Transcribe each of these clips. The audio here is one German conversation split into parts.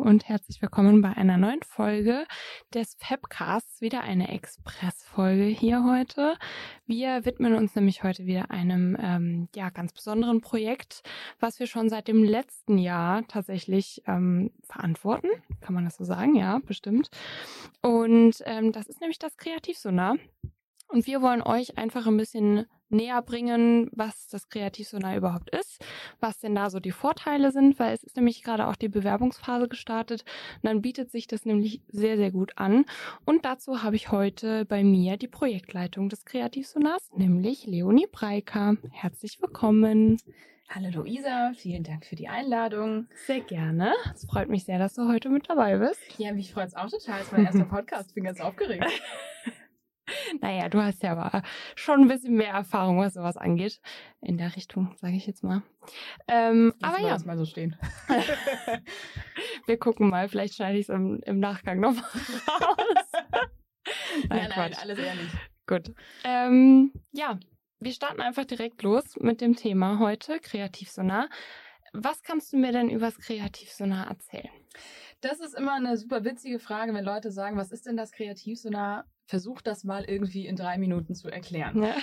und herzlich willkommen bei einer neuen Folge des Fabcasts. Wieder eine Express-Folge hier heute. Wir widmen uns nämlich heute wieder einem ganz besonderen Projekt, was wir schon seit dem letzten Jahr tatsächlich verantworten. Kann man das so sagen? Ja, bestimmt. Und das ist nämlich das Kreativsonar. Und wir wollen euch einfach ein bisschen näher bringen, was das Kreativsonar überhaupt ist, was denn da so die Vorteile sind, weil es ist nämlich gerade auch die Bewerbungsphase gestartet und dann bietet sich das nämlich sehr, sehr gut an. Und dazu habe ich heute bei mir die Projektleitung des Kreativsonars, nämlich Leonie Breiker. Herzlich willkommen. Hallo Luisa, vielen Dank für die Einladung. Sehr gerne. Es freut mich sehr, dass du heute mit dabei bist. Ja, mich freut es auch total. Es ist mein erster Podcast. Ich bin ganz aufgeregt. Naja, du hast ja aber schon ein bisschen mehr Erfahrung, was sowas angeht. In der Richtung, sage ich jetzt mal. Aber ja. Lass mal so stehen. Wir gucken mal, vielleicht schneide ich es im Nachgang noch mal raus. Nein, alles ehrlich. Gut. Wir starten einfach direkt los mit dem Thema heute, Kreativsonar. Was kannst du mir denn über das Kreativsonar erzählen? Das ist immer eine super witzige Frage, wenn Leute sagen, was ist denn das Kreativsonar? Versuch das mal irgendwie in 3 Minuten zu erklären. Ja.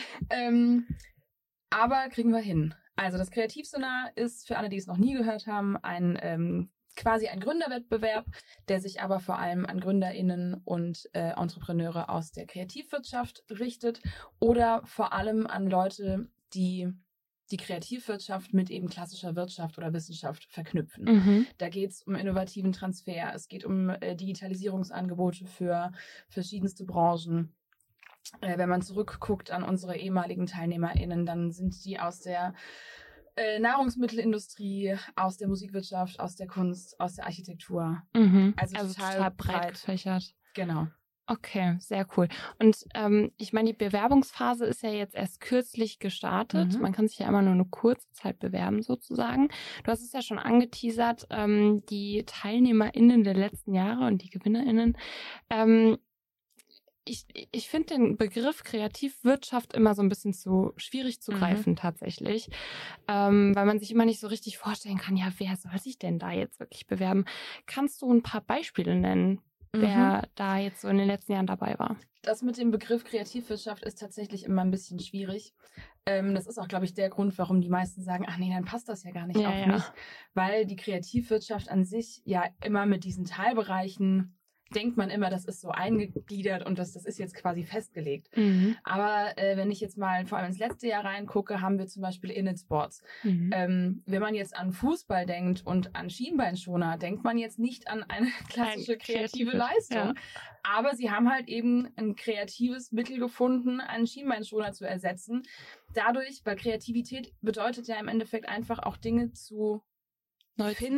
Aber kriegen wir hin. Also das Kreativsonar ist, für alle, die es noch nie gehört haben, quasi ein Gründerwettbewerb, der sich aber vor allem an GründerInnen und Entrepreneure aus der Kreativwirtschaft richtet oder vor allem an Leute, die die Kreativwirtschaft mit eben klassischer Wirtschaft oder Wissenschaft verknüpfen. Mhm. Da geht es um innovativen Transfer, es geht um Digitalisierungsangebote für verschiedenste Branchen. Wenn man zurückguckt an unsere ehemaligen TeilnehmerInnen, dann sind die aus der Nahrungsmittelindustrie, aus der Musikwirtschaft, aus der Kunst, aus der Architektur. Mhm. Also total breit gefächert. Genau. Okay, sehr cool. Und ich meine, die Bewerbungsphase ist ja jetzt erst kürzlich gestartet. Man kann sich ja immer nur eine kurze Zeit bewerben sozusagen. Du hast es ja schon angeteasert, die TeilnehmerInnen der letzten Jahre und die GewinnerInnen. Ich finde den Begriff Kreativwirtschaft immer so ein bisschen zu schwierig zu greifen tatsächlich, weil man sich immer nicht so richtig vorstellen kann, ja, wer soll sich denn da jetzt wirklich bewerben? Kannst du ein paar Beispiele nennen, wer da jetzt so in den letzten Jahren dabei war? Das mit dem Begriff Kreativwirtschaft ist tatsächlich immer ein bisschen schwierig. Das ist auch, glaube ich, der Grund, warum die meisten sagen, ach nee, dann passt das ja gar nicht auf mich, weil die Kreativwirtschaft an sich ja immer mit diesen Teilbereichen denkt man immer, das ist so eingegliedert und das ist jetzt quasi festgelegt. Aber wenn ich jetzt mal vor allem ins letzte Jahr reingucke, haben wir zum Beispiel Init Sports. Wenn man jetzt an Fußball denkt und an Schienbeinschoner, denkt man jetzt nicht an eine klassische kreative Leistung. Ja. Aber sie haben halt eben ein kreatives Mittel gefunden, einen Schienbeinschoner zu ersetzen. Dadurch, weil Kreativität bedeutet ja im Endeffekt einfach auch Dinge zu neu zu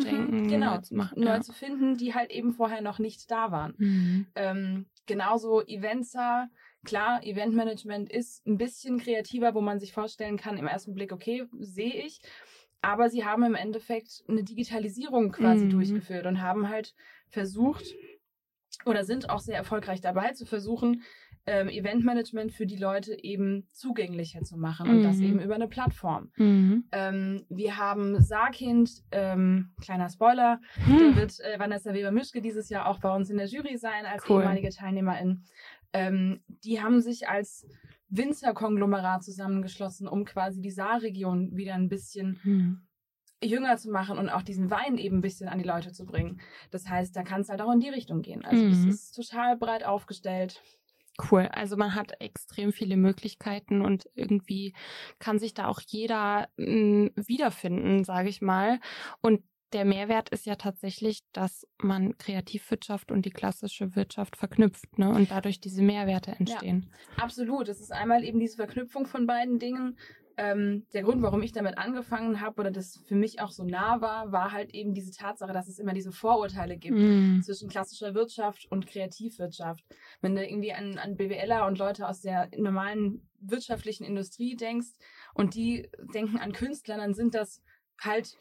finden, die halt eben vorher noch nicht da waren. Genauso Eventsa, klar, Eventmanagement ist ein bisschen kreativer, wo man sich vorstellen kann im ersten Blick, okay, sehe ich, aber sie haben im Endeffekt eine Digitalisierung quasi durchgeführt und haben halt versucht oder sind auch sehr erfolgreich dabei zu versuchen, Eventmanagement für die Leute eben zugänglicher zu machen und das eben über eine Plattform. Wir haben Sarkind, kleiner Spoiler, da wird Vanessa Weber-Mischke dieses Jahr auch bei uns in der Jury sein als ehemalige Teilnehmerin. Die haben sich als Winzerkonglomerat zusammengeschlossen, um quasi die Saarregion wieder ein bisschen jünger zu machen und auch diesen Wein eben ein bisschen an die Leute zu bringen. Das heißt, da kann es halt auch in die Richtung gehen. Also es ist total breit aufgestellt. Cool, also man hat extrem viele Möglichkeiten und irgendwie kann sich da auch jeder wiederfinden, sage ich mal. Und der Mehrwert ist ja tatsächlich, dass man Kreativwirtschaft und die klassische Wirtschaft verknüpft, ne? Und dadurch diese Mehrwerte entstehen. Ja, absolut. Es ist einmal eben diese Verknüpfung von beiden Dingen. Der Grund, warum ich damit angefangen habe oder das für mich auch so nah war halt eben diese Tatsache, dass es immer diese Vorurteile gibt zwischen klassischer Wirtschaft und Kreativwirtschaft. Wenn du irgendwie an BWLer und Leute aus der normalen wirtschaftlichen Industrie denkst und die denken an Künstler, dann sind das halt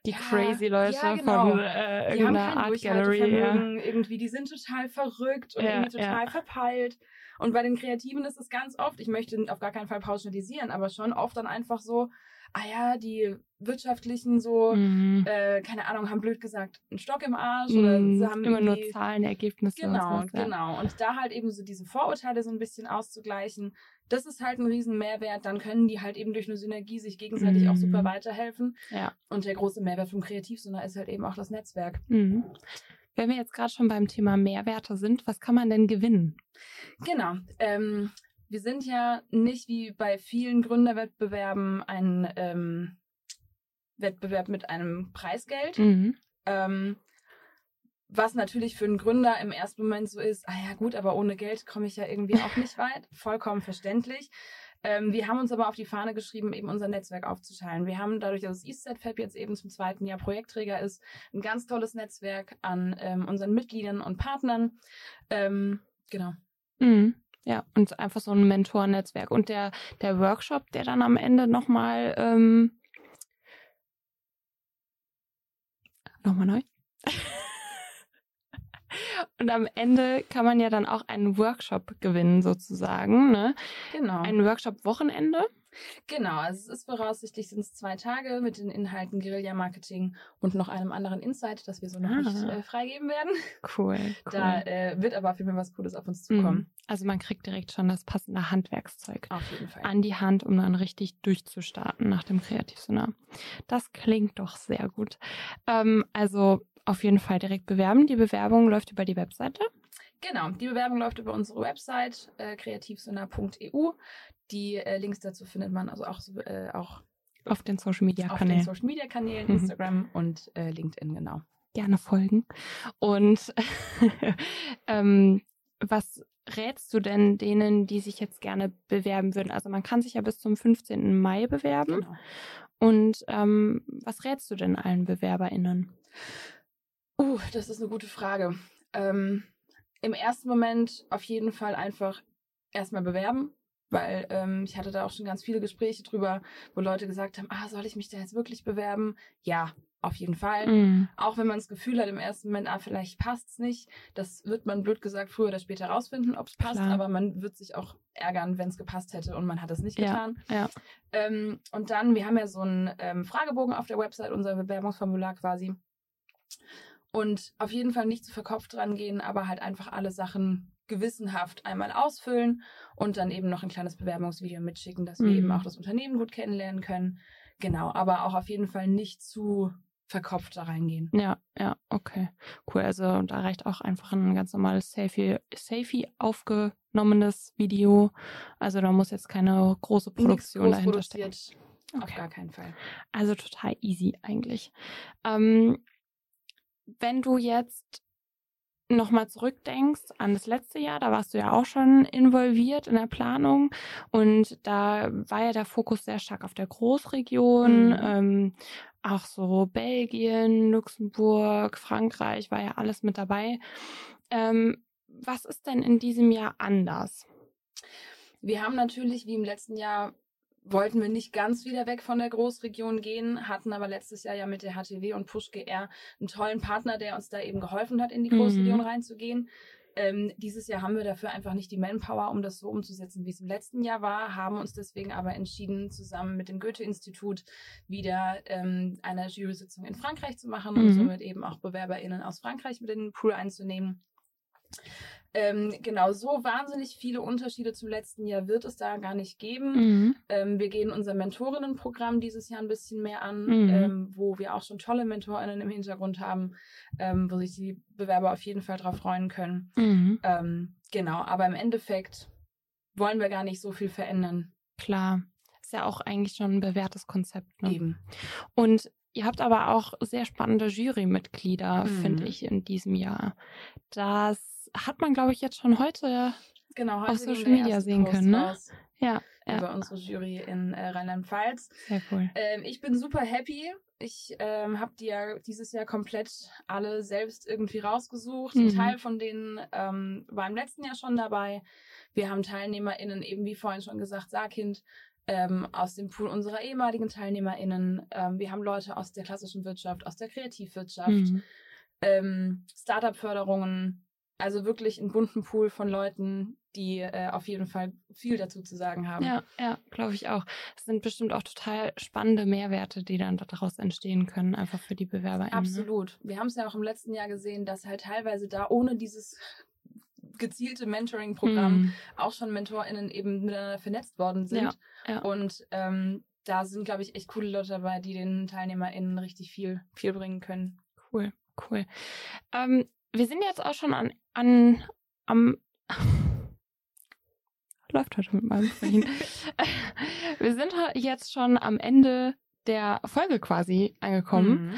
Die crazy Leute ja, genau. von irgendeiner Art Gallery. Ja. Irgendwie, die sind total verrückt und irgendwie total verpeilt. Und bei den Kreativen ist es ganz oft, ich möchte auf gar keinen Fall pauschalisieren, aber schon oft dann einfach so, die wirtschaftlichen so, keine Ahnung, haben blöd gesagt, einen Stock im Arsch oder sie haben immer nur Zahlen, Ergebnisse. Genau. Und da halt eben so diese Vorurteile so ein bisschen auszugleichen, das ist halt ein riesen Mehrwert. Dann können die halt eben durch eine Synergie sich gegenseitig auch super weiterhelfen. Ja. Und der große Mehrwert vom Kreativseminar ist halt eben auch das Netzwerk. Wenn wir jetzt gerade schon beim Thema Mehrwerte sind, was kann man denn gewinnen? Genau. Wir sind ja nicht wie bei vielen Gründerwettbewerben ein Wettbewerb mit einem Preisgeld. Was natürlich für einen Gründer im ersten Moment so ist, gut, aber ohne Geld komme ich ja irgendwie auch nicht weit. Vollkommen verständlich. Wir haben uns aber auf die Fahne geschrieben, eben unser Netzwerk aufzuteilen. Wir haben dadurch, dass das EastSide-Fab jetzt eben zum 2. Jahr Projektträger ist, ein ganz tolles Netzwerk an unseren Mitgliedern und Partnern. Genau. Ja, und einfach so ein Mentorennetzwerk. Und der Workshop, der dann am Ende nochmal neu? Und am Ende kann man ja dann auch einen Workshop gewinnen, sozusagen, ne? Genau. Ein Workshop-Wochenende. Genau, also es ist voraussichtlich, sind es 2 Tage mit den Inhalten Guerilla-Marketing und noch einem anderen Insight, das wir so noch nicht freigeben werden. Cool. Da wird aber auf jeden Fall was Cooles auf uns zukommen. Also man kriegt direkt schon das passende Handwerkszeug auf jeden Fall an die Hand, um dann richtig durchzustarten nach dem Kreativseminar. Das klingt doch sehr gut. Also auf jeden Fall direkt bewerben. Die Bewerbung läuft über die Webseite. Genau, die Bewerbung läuft über unsere Website kreativseminar.eu. Die Links dazu findet man also auch auf den Social Media Kanälen. Auf den Social Media Kanälen, Instagram und LinkedIn, genau. Gerne folgen. Und was rätst du denn denen, die sich jetzt gerne bewerben würden? Also man kann sich ja bis zum 15. Mai bewerben. Genau. Und was rätst du denn allen BewerberInnen? Das ist eine gute Frage. Im ersten Moment auf jeden Fall einfach erstmal bewerben, weil ich hatte da auch schon ganz viele Gespräche drüber, wo Leute gesagt haben, soll ich mich da jetzt wirklich bewerben? Ja, auf jeden Fall. Auch wenn man das Gefühl hat im ersten Moment, vielleicht passt es nicht. Das wird man, blöd gesagt, früher oder später rausfinden, ob es passt. Klar. Aber man wird sich auch ärgern, wenn es gepasst hätte und man hat es nicht getan. Ja. Und dann, wir haben ja so einen Fragebogen auf der Website, unser Bewerbungsformular quasi. Und auf jeden Fall nicht zu verkopft dran gehen, aber halt einfach alle Sachen gewissenhaft einmal ausfüllen und dann eben noch ein kleines Bewerbungsvideo mitschicken, dass wir eben auch das Unternehmen gut kennenlernen können. Genau, aber auch auf jeden Fall nicht zu verkopft da reingehen. Ja, okay. Cool, also da reicht auch einfach ein ganz normales Selfie aufgenommenes Video. Also da muss jetzt keine große Produktion dahinter stecken. Okay. Auf gar keinen Fall. Also total easy eigentlich. Wenn du jetzt nochmal zurückdenkst an das letzte Jahr, da warst du ja auch schon involviert in der Planung und da war ja der Fokus sehr stark auf der Großregion, auch so Belgien, Luxemburg, Frankreich war ja alles mit dabei. Was ist denn in diesem Jahr anders? Wir haben natürlich, wie im letzten Jahr, wollten wir nicht ganz wieder weg von der Großregion gehen, hatten aber letztes Jahr ja mit der HTW und PushGR einen tollen Partner, der uns da eben geholfen hat, in die Großregion reinzugehen. Dieses Jahr haben wir dafür einfach nicht die Manpower, um das so umzusetzen, wie es im letzten Jahr war, haben uns deswegen aber entschieden, zusammen mit dem Goethe-Institut wieder eine Jury-Sitzung in Frankreich zu machen und somit eben auch BewerberInnen aus Frankreich mit in den Pool einzunehmen. Genau, so wahnsinnig viele Unterschiede zum letzten Jahr wird es da gar nicht geben. Wir gehen unser Mentorinnenprogramm dieses Jahr ein bisschen mehr an, wo wir auch schon tolle MentorInnen im Hintergrund haben, wo sich die Bewerber auf jeden Fall drauf freuen können. Genau, aber im Endeffekt wollen wir gar nicht so viel verändern. Klar, ist ja auch eigentlich schon ein bewährtes Konzept. Ne? Eben. Und ihr habt aber auch sehr spannende Jurymitglieder, finde ich, in diesem Jahr. Das hat man, glaube ich, jetzt schon heute auf Social Media sehen können. Ne? Ja. Über unsere Jury in Rheinland-Pfalz. Sehr cool. Ich bin super happy. Ich habe die ja dieses Jahr komplett alle selbst irgendwie rausgesucht. Ein Teil von denen war im letzten Jahr schon dabei. Wir haben TeilnehmerInnen, eben wie vorhin schon gesagt, Saarkind, aus dem Pool unserer ehemaligen TeilnehmerInnen. Wir haben Leute aus der klassischen Wirtschaft, aus der Kreativwirtschaft, Startup-Förderungen, also wirklich einen bunten Pool von Leuten, die auf jeden Fall viel dazu zu sagen haben. Ja, glaube ich auch. Es sind bestimmt auch total spannende Mehrwerte, die dann daraus entstehen können, einfach für die BewerberInnen. Absolut. Wir haben es ja auch im letzten Jahr gesehen, dass halt teilweise da ohne dieses gezielte Mentoring-Programm auch schon MentorInnen eben miteinander vernetzt worden sind. Ja. Und da sind, glaube ich, echt coole Leute dabei, die den TeilnehmerInnen richtig viel bringen können. Cool. Wir sind jetzt auch schon am läuft heute mit meinem Sprechen. Wir sind jetzt schon am Ende der Folge quasi angekommen.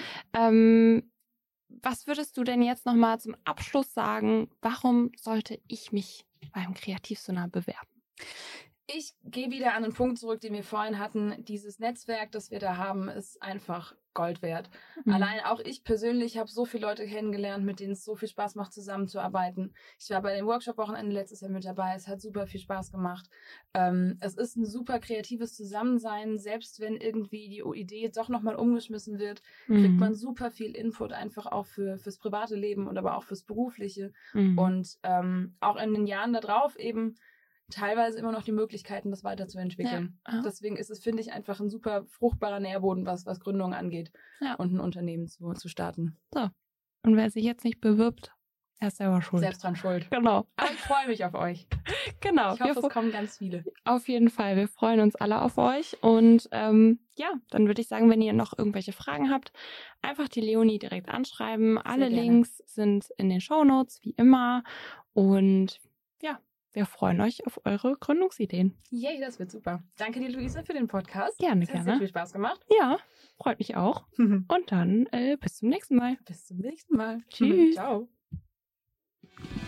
Was würdest du denn jetzt nochmal zum Abschluss sagen, warum sollte ich mich beim Kreativsonar bewerben? Ich gehe wieder an den Punkt zurück, den wir vorhin hatten. Dieses Netzwerk, das wir da haben, ist einfach Gold wert. Allein auch ich persönlich habe so viele Leute kennengelernt, mit denen es so viel Spaß macht, zusammenzuarbeiten. Ich war bei dem Workshop-Wochenende letztes Jahr mit dabei. Es hat super viel Spaß gemacht. Es ist ein super kreatives Zusammensein. Selbst wenn irgendwie die Idee doch nochmal umgeschmissen wird, kriegt man super viel Input einfach auch fürs private Leben und aber auch fürs berufliche. Und auch in den Jahren darauf eben teilweise immer noch die Möglichkeiten, das weiterzuentwickeln. Ja. Deswegen ist es, finde ich, einfach ein super fruchtbarer Nährboden, was Gründung angeht und ein Unternehmen zu starten. So. Und wer sich jetzt nicht bewirbt, er ist selber schuld. Selbst dran schuld. Genau. Aber ich freue mich auf euch. Genau. Ich hoffe, es kommen ganz viele. Auf jeden Fall. Wir freuen uns alle auf euch. Und dann würde ich sagen, wenn ihr noch irgendwelche Fragen habt, einfach die Leonie direkt anschreiben. Alle Links sind in den Shownotes, wie immer. Und wir freuen euch auf eure Gründungsideen. Yay, das wird super. Danke dir, Luise, für den Podcast. Gerne. Hat sehr viel Spaß gemacht. Ja, freut mich auch. Und dann bis zum nächsten Mal. Bis zum nächsten Mal. Tschüss. Ciao.